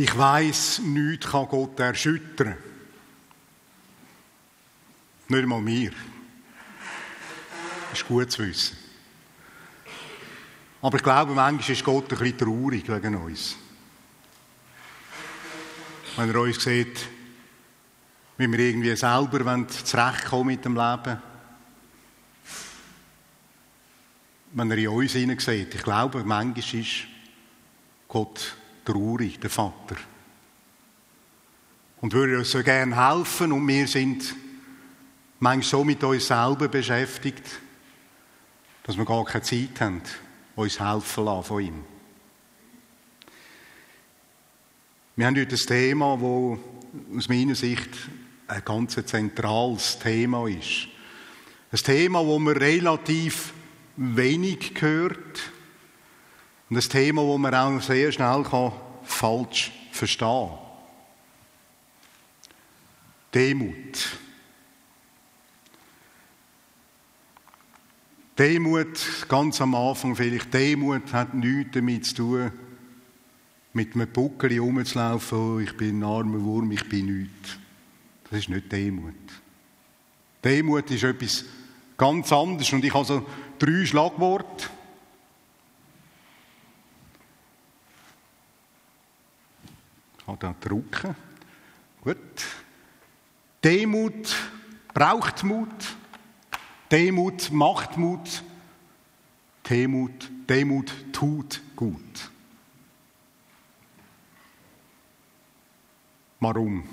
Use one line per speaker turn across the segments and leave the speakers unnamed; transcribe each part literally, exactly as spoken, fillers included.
Ich weiss, nichts kann Gott erschüttern. Nicht einmal mir. Das ist gut zu wissen. Aber ich glaube, manchmal ist Gott ein bisschen traurig wegen uns. Wenn er uns sieht, wie wir irgendwie selber zurechtkommen mit dem Leben. Wenn er in uns hinein sieht. Ich glaube, manchmal ist Gott traurig, der Vater. Und würde uns so gerne helfen und wir sind manchmal so mit uns selber beschäftigt, dass wir gar keine Zeit haben, uns helfen lassen von ihm. Wir haben heute ein Thema, das aus meiner Sicht ein ganz zentrales Thema ist. Ein Thema, das man relativ wenig hört und ein Thema, das man auch sehr schnell kann falsch verstehen kann. Demut. Demut, ganz am Anfang vielleicht, Demut hat nichts damit zu tun, mit einem Buckel rumzulaufen, oh, ich bin ein armer Wurm, ich bin nichts. Das ist nicht Demut. Demut ist etwas ganz anderes und ich habe so drei Schlagworte. Ich kann da drucken. Gut. Demut braucht Mut. Demut macht Mut. Demut, Demut tut gut. Warum?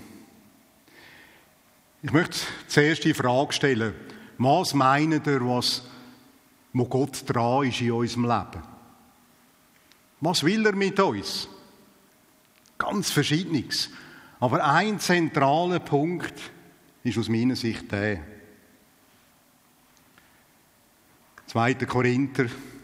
Ich möchte zuerst die Frage stellen, was meint ihr, was, wo Gott dran ist in unserem Leben? Was will er mit uns? Ganz Verschiedenes. Aber ein zentraler Punkt ist aus meiner Sicht der. zweiter Korinther.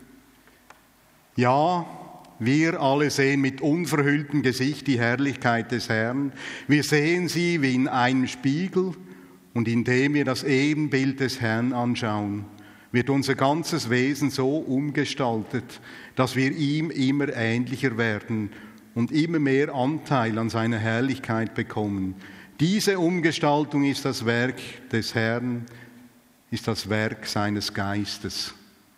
Ja, wir alle sehen mit unverhülltem Gesicht die Herrlichkeit des Herrn. Wir sehen sie wie in einem Spiegel und indem wir das Ebenbild des Herrn anschauen, wird unser ganzes Wesen so umgestaltet, dass wir ihm immer ähnlicher werden und immer mehr Anteil an seiner Herrlichkeit bekommen. Diese Umgestaltung ist das Werk des Herrn, ist das Werk seines Geistes.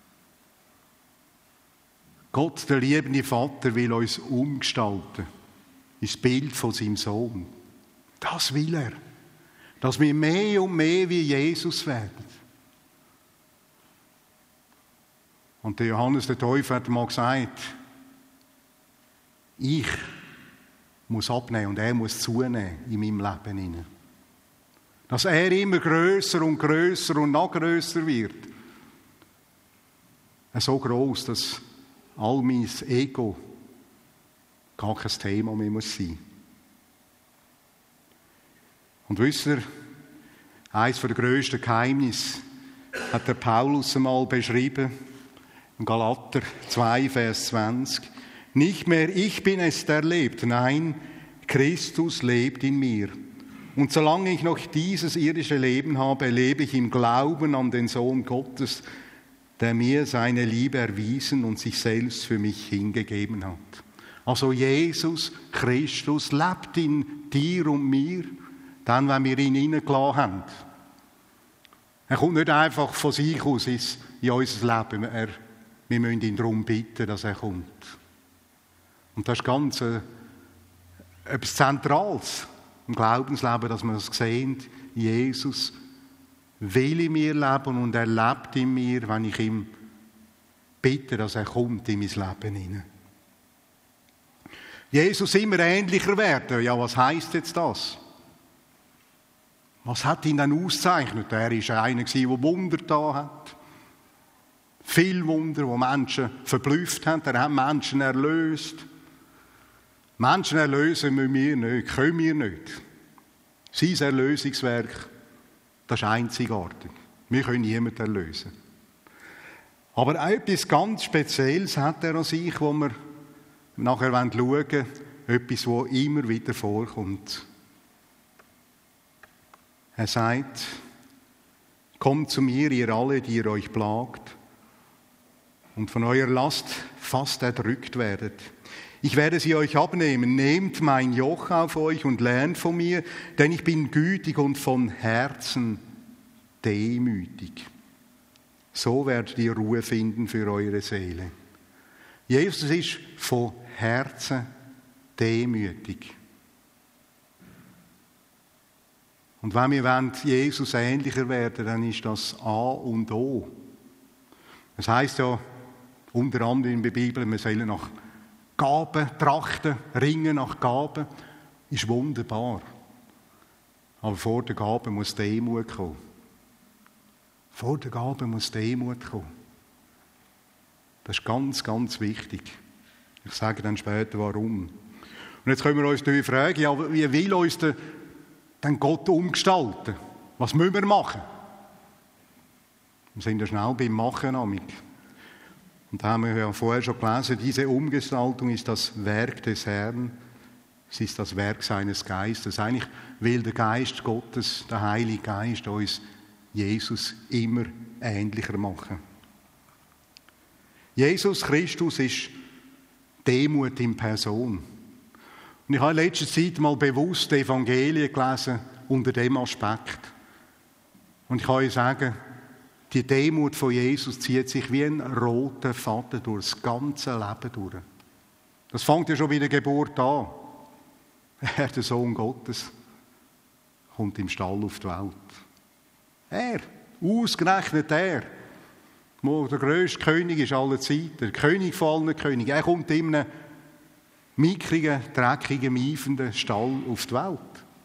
Gott, der liebende Vater, will uns umgestalten. Das Bild von seinem Sohn. Das will er. Dass wir mehr und mehr wie Jesus werden. Und der Johannes der Täufer hat mal gesagt, ich muss abnehmen und er muss zunehmen in meinem Leben. Dass er immer grösser und grösser und noch grösser wird. So gross, dass all mein Ego gar kein Thema mehr muss sein. Und wisst ihr, eines der grössten Geheimnisse hat der Paulus einmal beschrieben, in Galater zwei, Vers zwanzig. Nicht mehr ich bin es, der lebt, nein, Christus lebt in mir. Und solange ich noch dieses irdische Leben habe, lebe ich im Glauben an den Sohn Gottes, der mir seine Liebe erwiesen und sich selbst für mich hingegeben hat. Also Jesus Christus lebt in dir und mir, dann, wenn wir ihn hineingelassen haben. Er kommt nicht einfach von sich aus in unser Leben. Er, wir müssen ihn darum bitten, dass er kommt. Und das ist ganz äh, etwas Zentrales im Glaubensleben, dass wir das sehen. Jesus will in mir leben und er lebt in mir, wenn ich ihm bitte, dass er kommt in mein Leben hinein. Jesus immer ähnlicher werden. Ja, was heisst jetzt das? Was hat ihn dann auszeichnet? Er war einer, der Wunder da hat. Viele Wunder, die Menschen verblüfft haben. Er hat Menschen erlöst. Menschen erlösen müssen wir nicht, können wir nicht. Sein Erlösungswerk, das ist einzigartig. Wir können niemanden erlösen. Aber auch etwas ganz Spezielles hat er an sich, wo wir nachher schauen wollen, etwas, das immer wieder vorkommt. Er sagt, kommt zu mir, ihr alle, die ihr euch plagt und von eurer Last fast erdrückt werdet. Ich werde sie euch abnehmen. Nehmt mein Joch auf euch und lernt von mir, denn ich bin gütig und von Herzen demütig. So werdet ihr Ruhe finden für eure Seele. Jesus ist von Herzen demütig. Und wenn wir wollen, Jesus ähnlicher werden, dann ist das A und O. Das heisst ja unter anderem in der Bibel, wir sollen nach Gaben trachten, ringen nach Gaben, ist wunderbar. Aber vor der Gabe muss Demut kommen. Vor der Gabe muss Demut kommen. Das ist ganz, ganz wichtig. Ich sage dann später, warum. Und jetzt können wir uns natürlich fragen, ja, wie will uns der, denn Gott umgestalten? Was müssen wir machen? Wir sind ja schnell beim Machen amig. Und da haben wir ja vorher schon gelesen, diese Umgestaltung ist das Werk des Herrn. Es ist das Werk seines Geistes. Eigentlich will der Geist Gottes, der Heilige Geist, uns Jesus immer ähnlicher machen. Jesus Christus ist Demut in Person. Und ich habe in letzter Zeit mal bewusst die Evangelien gelesen unter dem Aspekt. Und ich kann euch sagen, die Demut von Jesus zieht sich wie ein roter Faden durch das ganze Leben durch. Das fängt ja schon bei der Geburt an. Er, der Sohn Gottes, kommt im Stall auf die Welt. Er, ausgerechnet er, der der grösste König ist aller Zeiten, der König von allen Königen. Er kommt in einem mickrigen, dreckigen, miefenden Stall auf die Welt.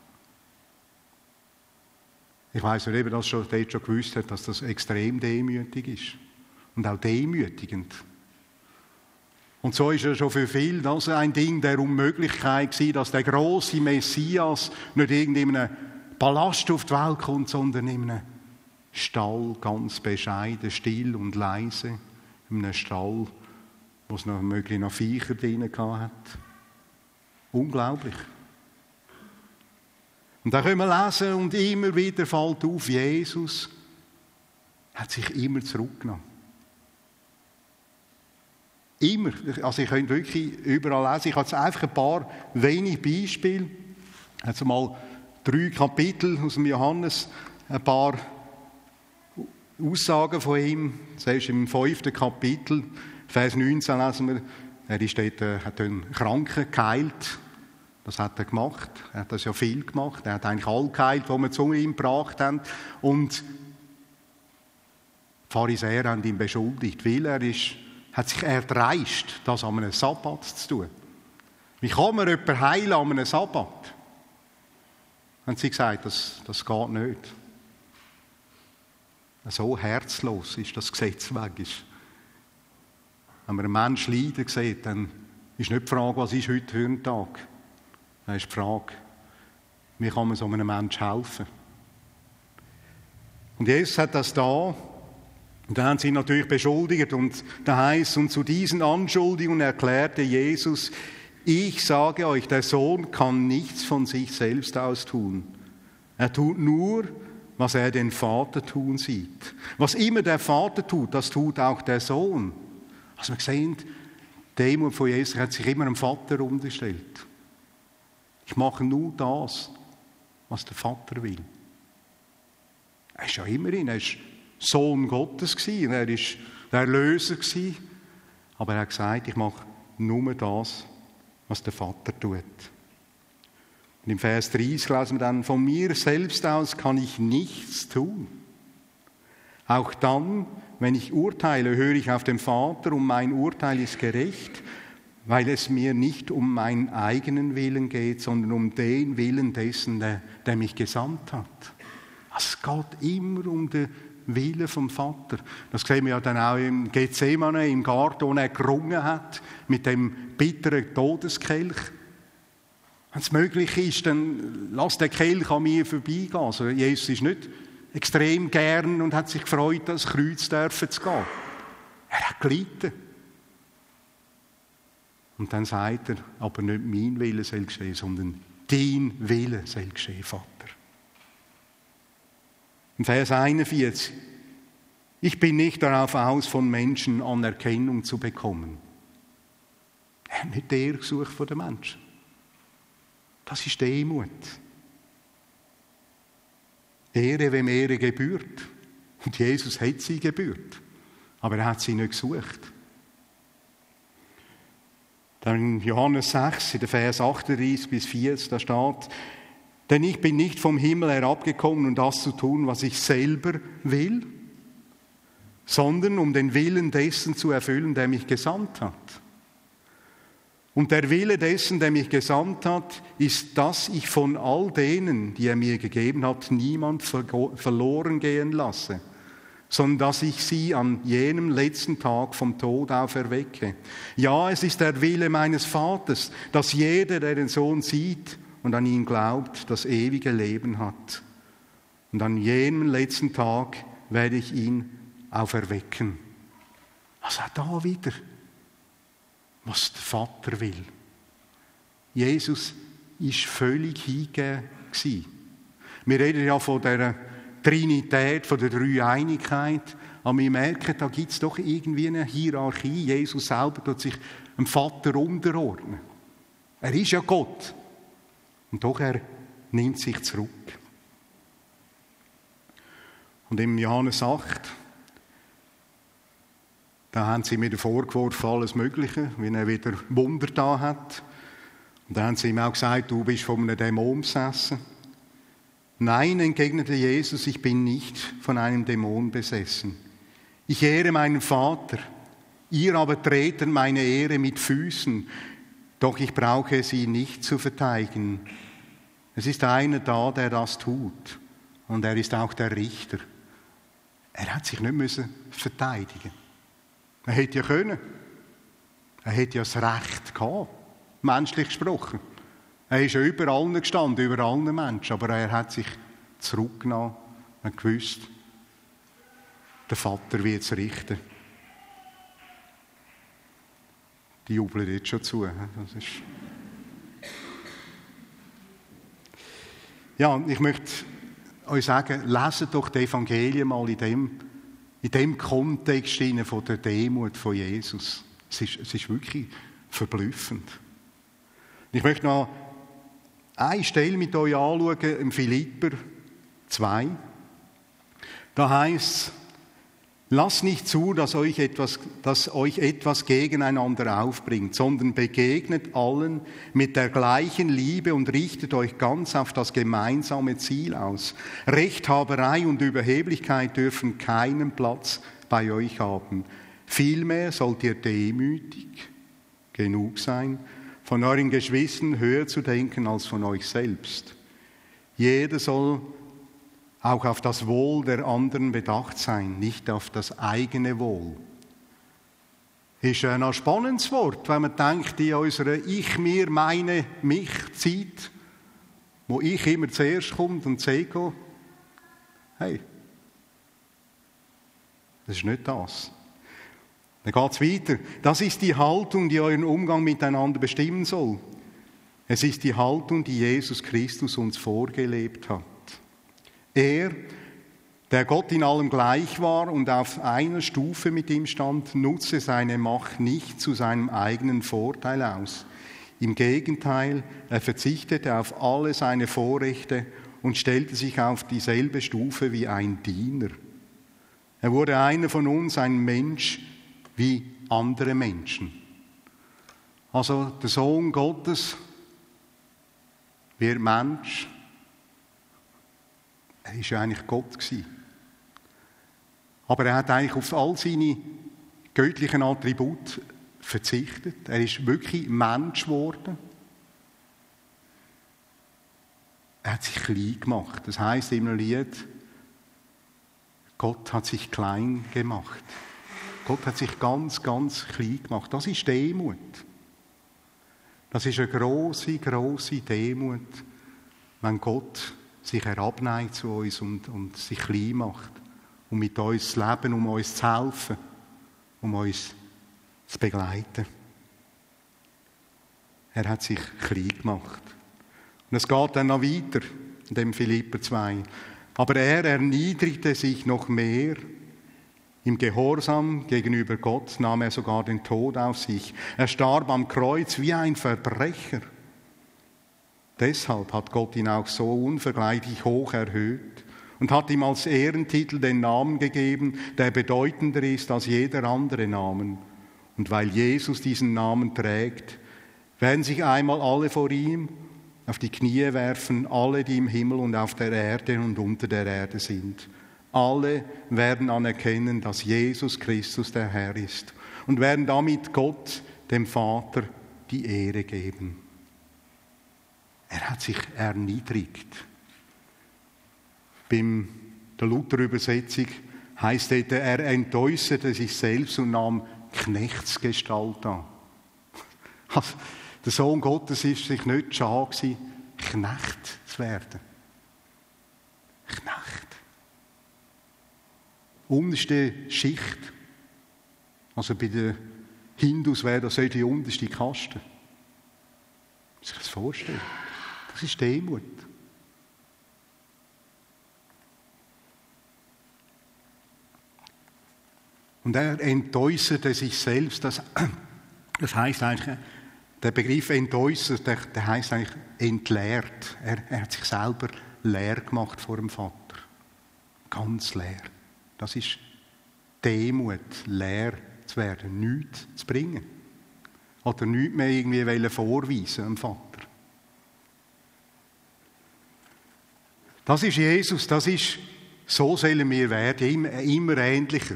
Ich weiss nicht, ob er das schon, dort schon gewusst hat, dass das extrem demütig ist. Und auch demütigend. Und so ist ja schon für viele das ein Ding der Unmöglichkeit gewesen, dass der grosse Messias nicht irgendwie in einem Palast auf die Welt kommt, sondern in einem Stall, ganz bescheiden, still und leise. In einem Stall, wo es noch möglich noch Viecher drin hat. Unglaublich. Und da können wir lesen und immer wieder fällt auf, Jesus hat sich immer zurückgenommen. Immer. Also ihr könnt wirklich überall lesen. Ich habe jetzt einfach ein paar wenige Beispiele. Jetzt mal drei Kapitel aus dem Johannes, ein paar Aussagen von ihm. Zuerst im fünften Kapitel, Vers neunzehn lesen wir, er ist dort, äh, hat einen Kranken geheilt. Das hat er gemacht. Er hat das ja viel gemacht. Er hat eigentlich alle geheilt, die wir zu ihm gebracht haben. Und die Pharisäer haben ihn beschuldigt, weil er ist, hat sich erdreist, das an einem Sabbat zu tun. Wie kann man jemanden heilen an einem Sabbat? Haben sie gesagt, das, das geht nicht. So herzlos ist das Gesetz weg. Ist. Wenn man einen Menschen leiden sieht, dann ist nicht die Frage, was ist heute für ein Tag. Dann ist die Frage, wie kann man so einem Menschen helfen? Und Jesus hat das da. Und dann haben sie ihn natürlich beschuldigt. Und da heißt, und zu diesen Anschuldigungen erklärte Jesus, ich sage euch, der Sohn kann nichts von sich selbst aus tun. Er tut nur, was er den Vater tun sieht. Was immer der Vater tut, das tut auch der Sohn. Also wir sehen, die Demut von Jesus hat sich immer dem Vater unterstellt. Ich mache nur das, was der Vater will. Er ist ja immerhin, er ist Sohn Gottes gewesen, er ist der Erlöser gewesen, aber er hat gesagt, ich mache nur das, was der Vater tut. Und im Vers dreißig lesen wir dann, von mir selbst aus kann ich nichts tun. Auch dann, wenn ich urteile, höre ich auf den Vater und mein Urteil ist gerecht, weil es mir nicht um meinen eigenen Willen geht, sondern um den Willen dessen, der, der mich gesandt hat. Es geht immer um den Willen vom Vater. Das sehen wir ja dann auch im Gethsemane, im Garten, wo er gerungen hat mit dem bitteren Todeskelch. Wenn es möglich ist, dann lass den Kelch an mir vorbeigehen. Also Jesus ist nicht extrem gern und hat sich gefreut, das Kreuz dürfen zu gehen. Er hat gelitten. Und dann sagt er, aber nicht mein Wille soll geschehen, sondern dein Wille soll geschehen, Vater. Im Vers einundvierzig. Ich bin nicht darauf aus, von Menschen Anerkennung zu bekommen. Er hat nicht die Ehre gesucht von den Menschen. Das ist Demut. Ehre, wem Ehre gebührt. Und Jesus hat sie gebührt. Aber er hat sie nicht gesucht. Dann in Johannes sechs, in den Vers achtunddreißig bis vierzig, da steht: Denn ich bin nicht vom Himmel herabgekommen, um das zu tun, was ich selber will, sondern um den Willen dessen zu erfüllen, der mich gesandt hat. Und der Wille dessen, der mich gesandt hat, ist, dass ich von all denen, die er mir gegeben hat, niemand verloren gehen lasse, sondern dass ich sie an jenem letzten Tag vom Tod auferwecke. Ja, es ist der Wille meines Vaters, dass jeder, der den Sohn sieht und an ihn glaubt, das ewige Leben hat. Und an jenem letzten Tag werde ich ihn auferwecken. Also auch da wieder, was der Vater will. Jesus war völlig hingegeben. Wir reden ja von der Trinität, von der Dreieinigkeit, aber wir merken, da gibt es doch irgendwie eine Hierarchie. Jesus selber tut sich dem Vater unterordnen. Er ist ja Gott. Und doch, er nimmt sich zurück. Und im Johannes acht, da haben sie mir vorgeworfen, alles Mögliche, wie er wieder Wunder da hat. Und da haben sie ihm auch gesagt, du bist von einem Dämon besessen. Nein, entgegnete Jesus, ich bin nicht von einem Dämon besessen. Ich ehre meinen Vater, ihr aber tretet meine Ehre mit Füßen, doch ich brauche sie nicht zu verteidigen. Es ist einer da, der das tut, und er ist auch der Richter. Er hat sich nicht müssen verteidigen. Er hätte ja können. Er hätte ja das Recht gehabt, menschlich gesprochen. Er ist ja über allen gestanden, über allen Menschen, aber er hat sich zurückgenommen und gewusst, der Vater wird es richten. Die jubeln jetzt schon zu. Das ist ja, ich möchte euch sagen, leset doch die Evangelien mal in dem, in dem Kontext von der Demut von Jesus. Es ist, es ist wirklich verblüffend. Ich möchte noch eine Stelle mit euch anschauen, im Philipper zwei. Da heißt es: Lasst nicht zu, dass euch etwas, dass euch etwas gegeneinander aufbringt, sondern begegnet allen mit der gleichen Liebe und richtet euch ganz auf das gemeinsame Ziel aus. Rechthaberei und Überheblichkeit dürfen keinen Platz bei euch haben. Vielmehr sollt ihr demütig genug sein, von euren Geschwistern höher zu denken als von euch selbst. Jeder soll auch auf das Wohl der anderen bedacht sein, nicht auf das eigene Wohl. Ist ein noch spannendes Wort, wenn man denkt, in unserer Ich, mir, meine, mich Zeit, wo ich immer zuerst kommt und das Ego. Hey, das ist nicht das. Dann geht es weiter. Das ist die Haltung, die euren Umgang miteinander bestimmen soll. Es ist die Haltung, die Jesus Christus uns vorgelebt hat. Er, der Gott in allem gleich war und auf einer Stufe mit ihm stand, nutzte seine Macht nicht zu seinem eigenen Vorteil aus. Im Gegenteil, er verzichtete auf alle seine Vorrechte und stellte sich auf dieselbe Stufe wie ein Diener. Er wurde einer von uns, ein Mensch wie andere Menschen. Also der Sohn Gottes wird Mensch. Er war ja eigentlich Gott gewesen. Aber er hat eigentlich auf all seine göttlichen Attribute verzichtet. Er ist wirklich Mensch geworden. Er hat sich klein gemacht. Das heisst in einem Lied, Gott hat sich klein gemacht. Gott hat sich ganz, ganz klein gemacht. Das ist Demut. Das ist eine grosse, grosse Demut, wenn Gott sich herabneigt zu uns und, und sich klein macht, um mit uns zu leben, um uns zu helfen, um uns zu begleiten. Er hat sich klein gemacht. Und es geht dann noch weiter, in dem Philipper zwei. Aber er erniedrigte sich noch mehr, Im Gehorsam gegenüber Gott nahm er sogar den Tod auf sich. Er starb am Kreuz wie ein Verbrecher. Deshalb hat Gott ihn auch so unvergleichlich hoch erhöht und hat ihm als Ehrentitel den Namen gegeben, der bedeutender ist als jeder andere Namen. Und weil Jesus diesen Namen trägt, werden sich einmal alle vor ihm auf die Knie werfen, alle, die im Himmel und auf der Erde und unter der Erde sind. Alle werden anerkennen, dass Jesus Christus der Herr ist und werden damit Gott, dem Vater, die Ehre geben. Er hat sich erniedrigt. Bei der Luther-Übersetzung heißt es, er entäußerte sich selbst und nahm Knechtsgestalt an. Also, der Sohn Gottes ist sich nicht schade gewesen, Knecht zu werden. Knecht. Unterste Schicht. Also bei den Hindus wäre das die unterste Kaste. Muss sich das vorstellen? Das ist Demut. Und er entäußerte sich selbst. Das, das heißt eigentlich, der Begriff entäußert, der, der heißt eigentlich entleert. Er, er hat sich selber leer gemacht vor dem Vater. Ganz leer. Das ist Demut, leer zu werden, nichts zu bringen. Oder nichts mehr irgendwie vorweisen am Vater. Das ist Jesus, das ist, so sollen wir werden, immer, immer ähnlicher.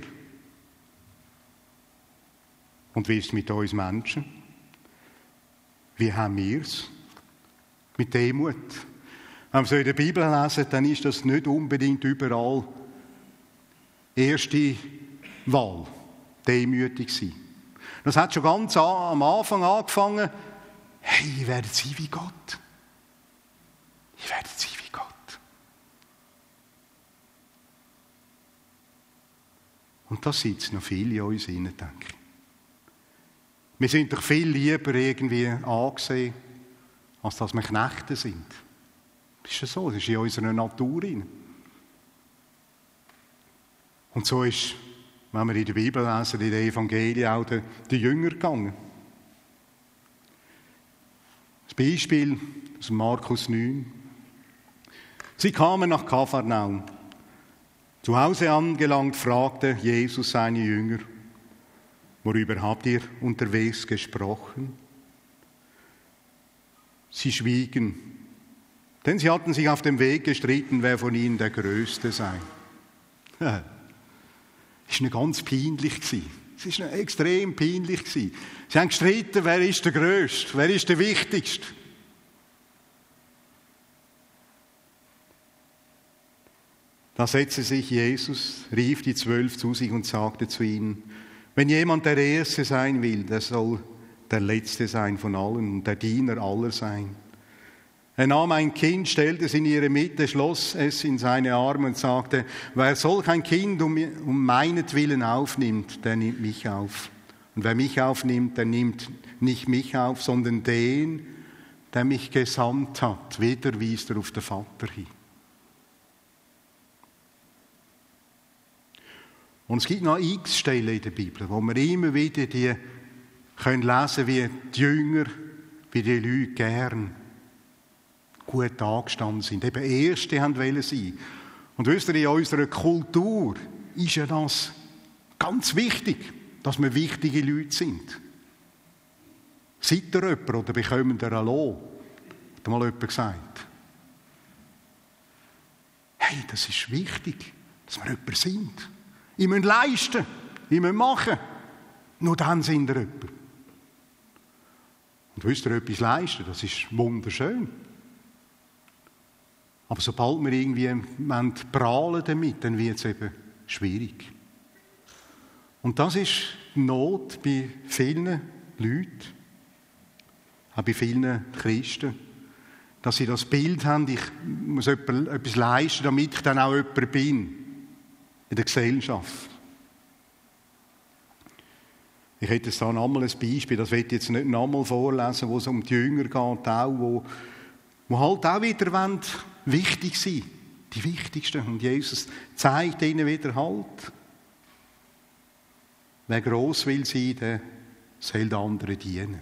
Und wie ist es mit uns Menschen? Wie haben wir es? Mit Demut. Wenn wir so in der Bibel lesen, dann ist das nicht unbedingt überall erste Wahl, demütig sein. Das hat schon ganz am Anfang angefangen, hey, ihr werdet sein wie Gott. Ihr werdet sein wie Gott. Und das sitzen noch viele in uns hinein, denke ich. Wir sind doch viel lieber irgendwie angesehen, als dass wir Knechte sind. Das ist ja so, das ist in unserer Natur drin. Und so ist, wenn wir in der Bibel lesen, in den Evangelien auch den, den Jünger gegangen. Das Beispiel aus Markus neun. Sie kamen nach Kapharnaum. Zu Hause angelangt, fragte Jesus seine Jünger: Worüber habt ihr unterwegs gesprochen? Sie schwiegen, denn sie hatten sich auf dem Weg gestritten, wer von ihnen der Größte sei. Es war ganz peinlich. Es war extrem peinlich. Sie haben gestritten, wer ist der Größte, wer ist der Wichtigste. Da setzte sich Jesus, rief die Zwölf zu sich und sagte zu ihnen: Wenn jemand der Erste sein will, der soll der Letzte sein von allen und der Diener aller sein. Er nahm ein Kind, stellte es in ihre Mitte, schloss es in seine Arme und sagte: Wer solch ein Kind um, um meinetwillen aufnimmt, der nimmt mich auf. Und wer mich aufnimmt, der nimmt nicht mich auf, sondern den, der mich gesandt hat. Wieder wies er auf den Vater hin. Und es gibt noch x Stellen in der Bibel, wo wir immer wieder die können lesen, wie die Jünger, wie die Leute gern gut angestanden sind. Eben Erste haben wollen sein. Und wisst ihr, in unserer Kultur ist ja das ganz wichtig, dass wir wichtige Leute sind. Seid ihr jemand oder bekommt ihr ein Lohn? Hat mal jemand gesagt. Hey, das ist wichtig, dass wir jemand sind. Ich muss leisten, ich muss machen. Nur dann sind wir jemand. Und wisst ihr, etwas leisten, das ist wunderschön. Aber sobald wir irgendwie prahlen damit, dann wird es eben schwierig. Und das ist die Not bei vielen Leuten, auch bei vielen Christen, dass sie das Bild haben, ich muss etwas leisten, damit ich dann auch jemand bin in der Gesellschaft. Ich hätte jetzt da nochmal ein Beispiel, das will ich jetzt nicht nochmal vorlesen, wo es um die Jünger geht, auch, wo, wo halt auch wieder wollen, wichtig sein, die Wichtigsten. Und Jesus zeigt ihnen wieder halt. wer gross will sein, der soll den anderen dienen.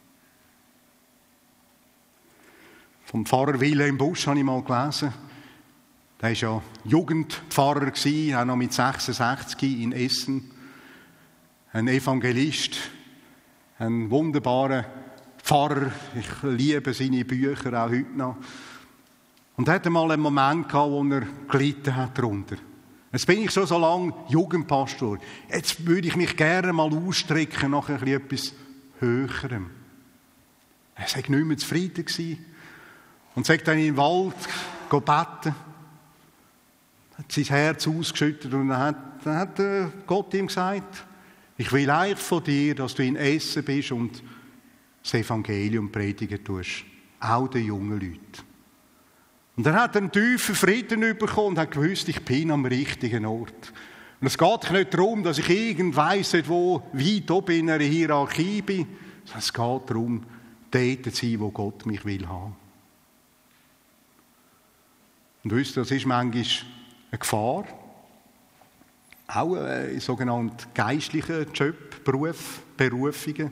Vom Pfarrer Wilhelm Busch habe ich mal gelesen. Der war ja Jugendpfarrer, auch noch mit sechsundsechzig in Essen. Ein Evangelist, ein wunderbarer Pfarrer. Ich liebe seine Bücher auch heute noch. Und er hatte mal einen Moment gehabt, wo er gelitten hat darunter. Jetzt bin ich schon so lange Jugendpastor. Jetzt würde ich mich gerne mal ausstrecken nach etwas Höherem. Er war nicht mehr zufrieden gewesen. Und sagt dann in den Wald beten. Hat sein Herz ausgeschüttet und dann hat, dann hat Gott ihm gesagt, ich will eigentlich von dir, dass du in Essen bist und das Evangelium predigen tust. Auch den jungen Leuten. Und dann hat er einen tiefen Frieden bekommen und hat gewusst, ich bin am richtigen Ort. Und es geht nicht darum, dass ich irgend weiss, wo weit oben in einer Hierarchie bin, sondern es geht darum, dort zu sein, wo Gott mich will haben. Und wisst ihr, das ist manchmal eine Gefahr. Auch in sogenannten geistlichen Job, Beruf, Berufungen.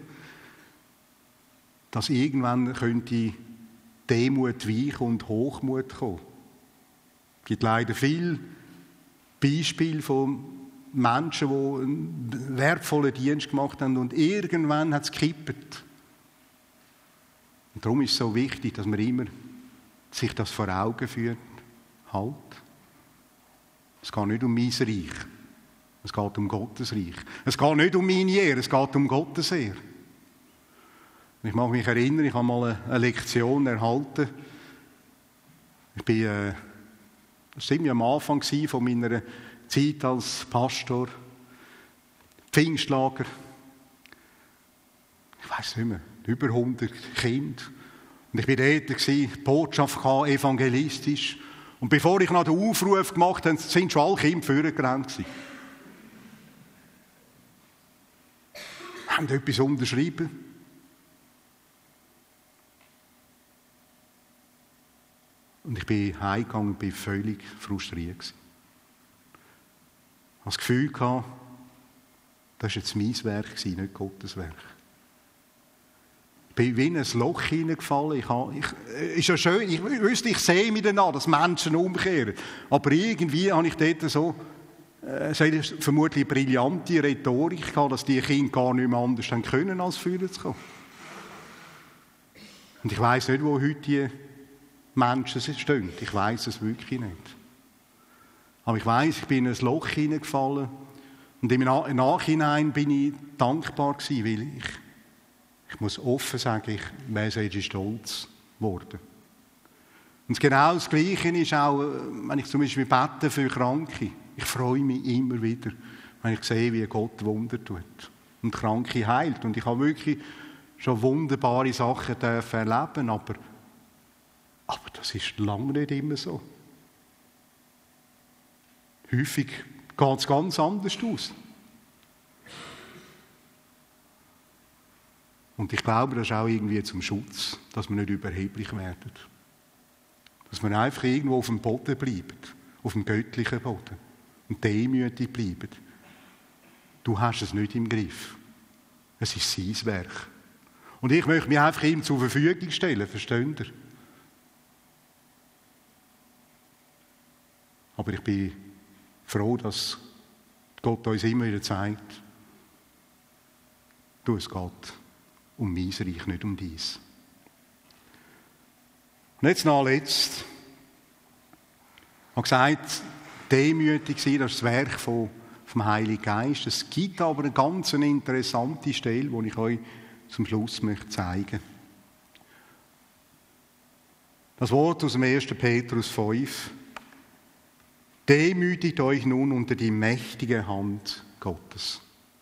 Dass irgendwann könnte Demut weichen und Hochmut kommen. Es gibt leider viele Beispiele von Menschen, die einen wertvollen Dienst gemacht haben und irgendwann hat es gekippt. Und darum ist es so wichtig, dass man immer sich das vor Augen führt. Halt. Es geht nicht um mein Reich. Es geht um Gottes Reich. Es geht nicht um meine Ehre, es geht um Gottes Ehre. Ich mag mich erinnern, ich habe mal eine Lektion erhalten. Ich bin, äh, das war ziemlich am Anfang von meiner Zeit als Pastor. Pfingstlager. Ich weiss nicht mehr, über hundert Kinder. Und ich war dort, die Botschaft hatte, evangelistisch. Und bevor ich noch den Aufruf gemacht habe, sind schon alle Kinder vorgerannt. Wir haben etwas unterschrieben. Und ich bin heimgegangen und war völlig frustriert. Ich hatte das Gefühl, das war jetzt mein Werk, nicht Gottes Werk. Ich bin wie in ein Loch hineingefallen. Ich habe, ich, ist ja schön, ich wüsste, ich sehe mich dann an, dass Menschen umkehren. Aber irgendwie habe ich dort so, äh, vermutlich brillante Rhetorik gehabt, dass die Kinder gar nicht mehr anders haben können, als fühlen zu kommen. Und ich weiss nicht, wo heute die Menschen stehen. Ich weiss es wirklich nicht. Aber ich weiss, ich bin in ein Loch hineingefallen. Und im Nachhinein bin ich dankbar gewesen, weil ich Ich muss offen sagen, ich wäre sehr stolz geworden. Und genau das Gleiche ist auch, wenn ich zum Beispiel bete für Kranke. Ich freue mich immer wieder, wenn ich sehe, wie Gott Wunder tut und Kranke heilt. Und ich habe wirklich schon wunderbare Sachen erleben, aber, aber das ist lange nicht immer so. Häufig geht es ganz anders aus. Und ich glaube, das ist auch irgendwie zum Schutz, dass wir nicht überheblich werden. Dass wir einfach irgendwo auf dem Boden bleiben, auf dem göttlichen Boden und demütig bleiben. Du hast es nicht im Griff. Es ist sein Werk. Und ich möchte mich einfach ihm zur Verfügung stellen, versteht ihr? Aber ich bin froh, dass Gott uns immer wieder zeigt, du, es geht um mein Reich, nicht um dies. Und jetzt noch letzt. Ich habe gesagt, demütig sein, das ist das Werk vom, vom Heiligen Geist. Es gibt aber eine ganz interessante Stelle, die ich euch zum Schluss möchte zeigen. Das Wort aus dem ersten Petrus fünf. Demütigt euch nun unter die mächtige Hand Gottes.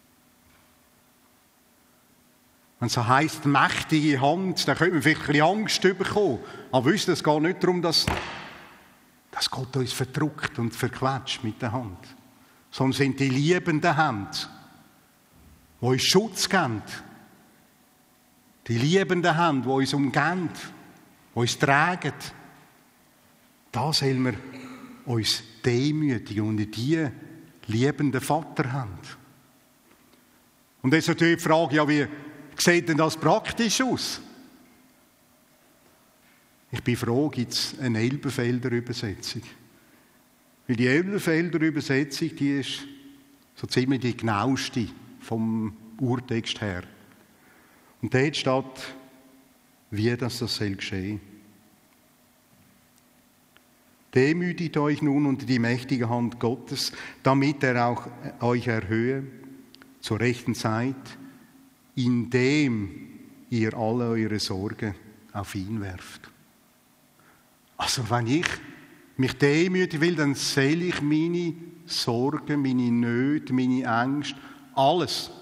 Wenn es so heisst, mächtige Hand, dann könnte man vielleicht ein bisschen Angst bekommen. Aber wisst ihr, es geht nicht darum, dass, dass Gott uns verdrückt und verquetscht mit der Hand. Sondern es sind die liebenden Hände, die uns Schutz geben. Die liebenden Hände, die uns umgeben, die uns tragen. Da sollen wir uns demütigen und die liebenden Vaterhand. Und jetzt natürlich die Frage, ja, wie sieht denn das praktisch aus? Ich bin froh, gibt es eine Elberfelder Übersetzung. Weil die Elberfelder Übersetzung, die ist so ziemlich die genaueste vom Urtext her. Und dort steht, wie das, das soll geschehen. Demütigt euch nun unter die mächtige Hand Gottes, damit er auch euch erhöhe zur rechten Zeit, indem ihr alle eure Sorge auf ihn werft. Also wenn ich mich demütigen will, dann soll ich meine Sorgen, meine Nöte, meine Ängste, alles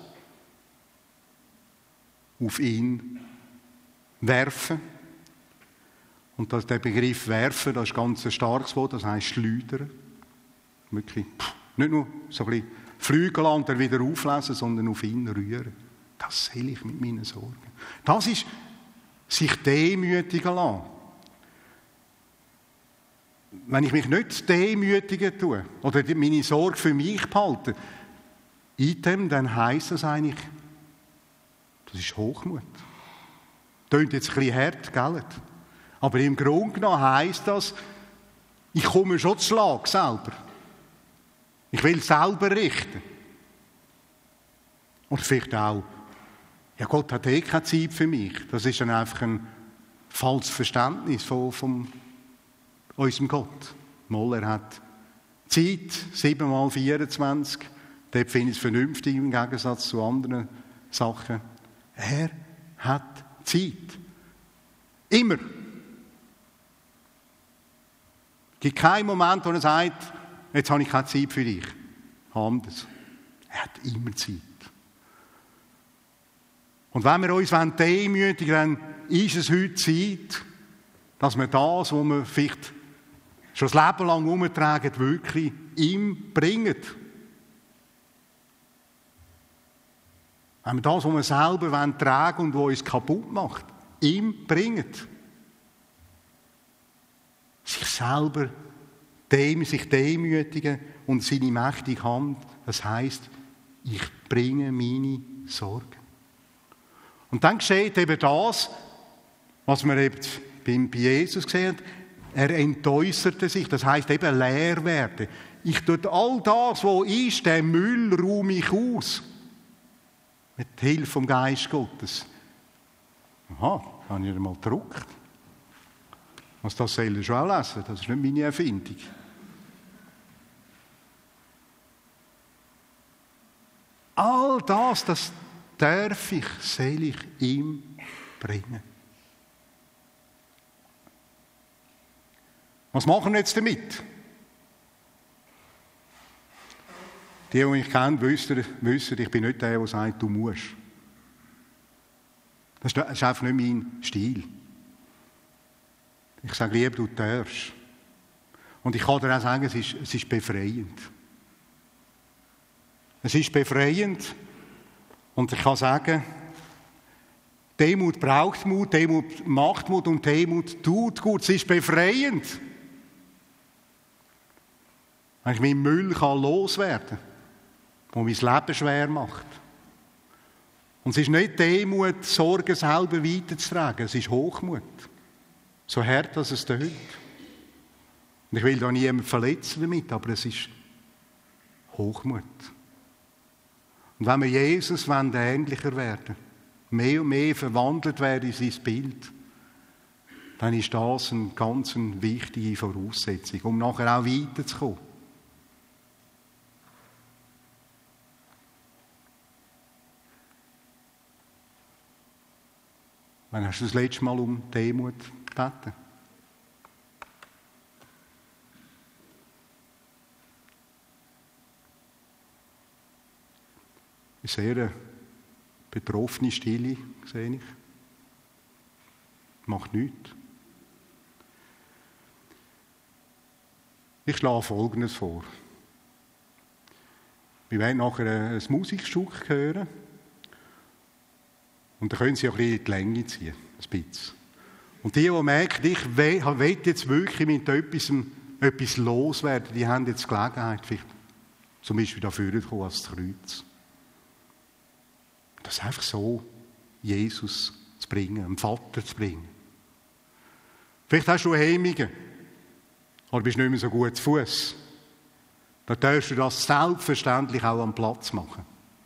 auf ihn werfen. Und das, der Begriff werfen, das ist ganz ein starkes Wort, das heisst schleudern. Wirklich, nicht nur so ein bisschen flügeln und dann wieder auflesen, sondern auf ihn rühren. Das soll ich mit meinen Sorgen. Das ist sich demütigen lassen. Wenn ich mich nicht demütigen tue oder meine Sorge für mich behalte, item, dann heisst das eigentlich, das ist Hochmut. Das klingt jetzt ein bisschen hart, gell? Aber im Grunde genommen heisst das, ich komme schon zu Schlag selber. Ich will selber richten. Und vielleicht auch, ja, Gott hat eh keine Zeit für mich. Das ist dann einfach ein falsches Verständnis von, von unserem Gott. Mal, er hat Zeit, sieben mal vierundzwanzig. Dort finde ich es vernünftig im Gegensatz zu anderen Sachen. Er hat Zeit. Immer. Es gibt keinen Moment, wo er sagt, jetzt habe ich keine Zeit für dich. Anders. Er hat immer Zeit. Und wenn wir uns demütigen wollen, dann ist es heute Zeit, dass wir das, was wir vielleicht schon das Leben lang herumtragen, wirklich ihm bringen. Wenn wir das, was wir selber tragen und was uns kaputt macht, ihm bringen. Sich selber dem, sich demütigen und seine mächtige Hand, das heisst, ich bringe meine Sorgen. Und dann geschieht eben das, was wir eben bei Jesus gesehen haben, er entäußerte sich, das heisst eben leer werden. Ich tue all das, was ist, den Müll räume ich aus. Mit Hilfe vom Geist Gottes. Aha, habe ich mal gedruckt. Was das soll ich schon auch lesen, das ist nicht meine Erfindung. All das, das darf ich, soll ich ihm bringen. Was machen wir jetzt damit? Die, die mich kennen, wissen, wissen, ich bin nicht der, der sagt, du musst. Das ist einfach nicht mein Stil. Ich sage lieber, du darfst. Und ich kann dir auch sagen, es ist, es ist befreiend. Es ist befreiend. Und ich kann sagen, Demut braucht Mut, Demut macht Mut und Demut tut gut. Es ist befreiend. Wenn ich meinen Müll kann loswerden kann, der mein Leben schwer macht. Und es ist nicht Demut, Sorgen selber weiterzutragen, es ist Hochmut. So hart, dass es tönt. Und ich will da niemanden verletzen damit, aber es ist Hochmut. Und wenn wir Jesus wollen, ähnlicher werden, mehr und mehr verwandelt werden in sein Bild, dann ist das eine ganz wichtige Voraussetzung, um nachher auch weiterzukommen. Wann hast du das letzte Mal um Demut gebeten? Eine sehr betroffene Stille, sehe ich. Macht nichts. Ich schlage Folgendes vor. Wir werden nachher ein Musikstück hören. Und dann können Sie auch ein bisschen in die Länge ziehen, ein bisschen. Und die, die merken, ich will jetzt wirklich mit etwas, etwas loswerden, die haben jetzt die Gelegenheit, vielleicht zum Beispiel dafür zu kommen als das Kreuz. das einfach so Jesus zu bringen, dem Vater zu bringen. Vielleicht hast du Hemmungen, oder bist nicht mehr so gut zu Fuß. Dann darfst du das selbstverständlich auch am Platz machen.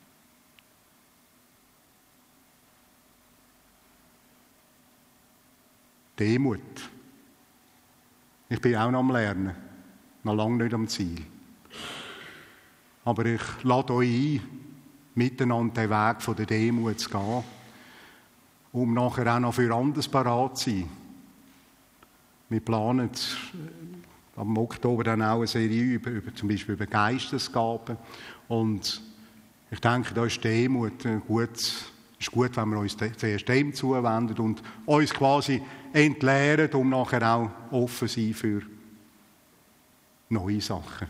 Demut. Ich bin auch noch am Lernen, noch lange nicht am Ziel. Aber ich lade euch ein, miteinander den Weg von der Demut zu gehen, um nachher auch noch für anderes parat zu sein. Wir planen am Oktober dann auch eine Serie über, über zum Beispiel über Geistesgaben. Und ich denke, da ist Demut gut. Es ist gut, wenn wir uns zuerst dem zuwenden und uns quasi entleeren, um nachher auch offen zu sein für neue Sachen.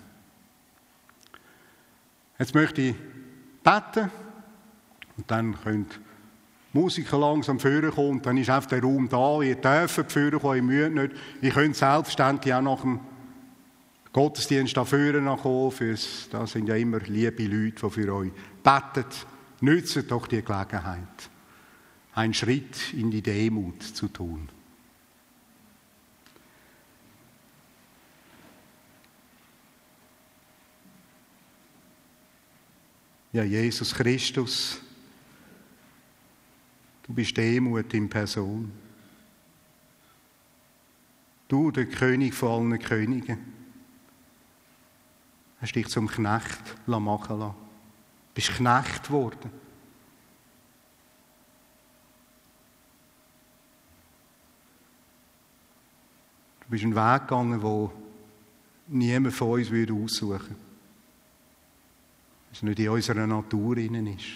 Jetzt möchte ich beten und dann können die Musiker langsam vorkommen und dann ist einfach der Raum da. Ihr dürft vorkommen, ihr müsst nicht. Ihr könnt selbstverständlich auch nach dem Gottesdienst da vorne kommen. Da sind ja immer liebe Leute, die für euch beten. Nützt doch die Gelegenheit, einen Schritt in die Demut zu tun. Ja, Jesus Christus, du bist Demut in Person. Du, der König von allen Königen, hast dich zum Knecht machen lassen. Du bist Knecht geworden. Du bist einen Weg gegangen, den niemand von uns aussuchen würde. Was nicht in unserer Natur innen ist.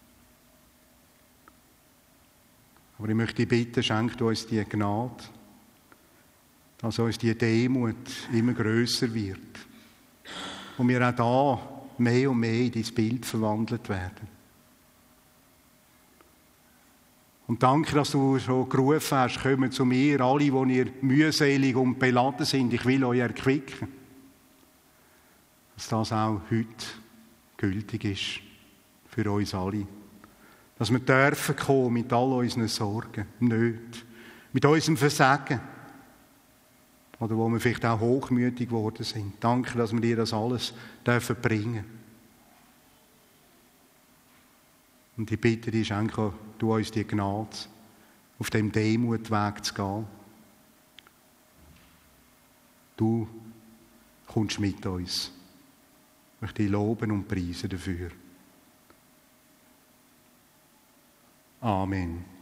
Aber ich möchte dich bitten, schenk du uns die Gnade, dass uns die Demut immer grösser wird. Und wir auch da mehr und mehr in dein Bild verwandelt werden. Und danke, dass du schon gerufen hast, kommt zu mir, alle, die ihr mühselig und beladen sind, ich will euch erquicken. Dass das auch heute gültig ist für uns alle. Dass wir dürfen kommen mit all unseren Sorgen, Nöten, mit unserem Versagen. Oder wo wir vielleicht auch hochmütig geworden sind. Danke, dass wir dir das alles dürfen bringen. Und ich bitte dich, schenke du uns die Gnade, auf dem Demutweg zu gehen. Du kommst mit uns. Ich möchte dich loben und preisen dafür. Amen.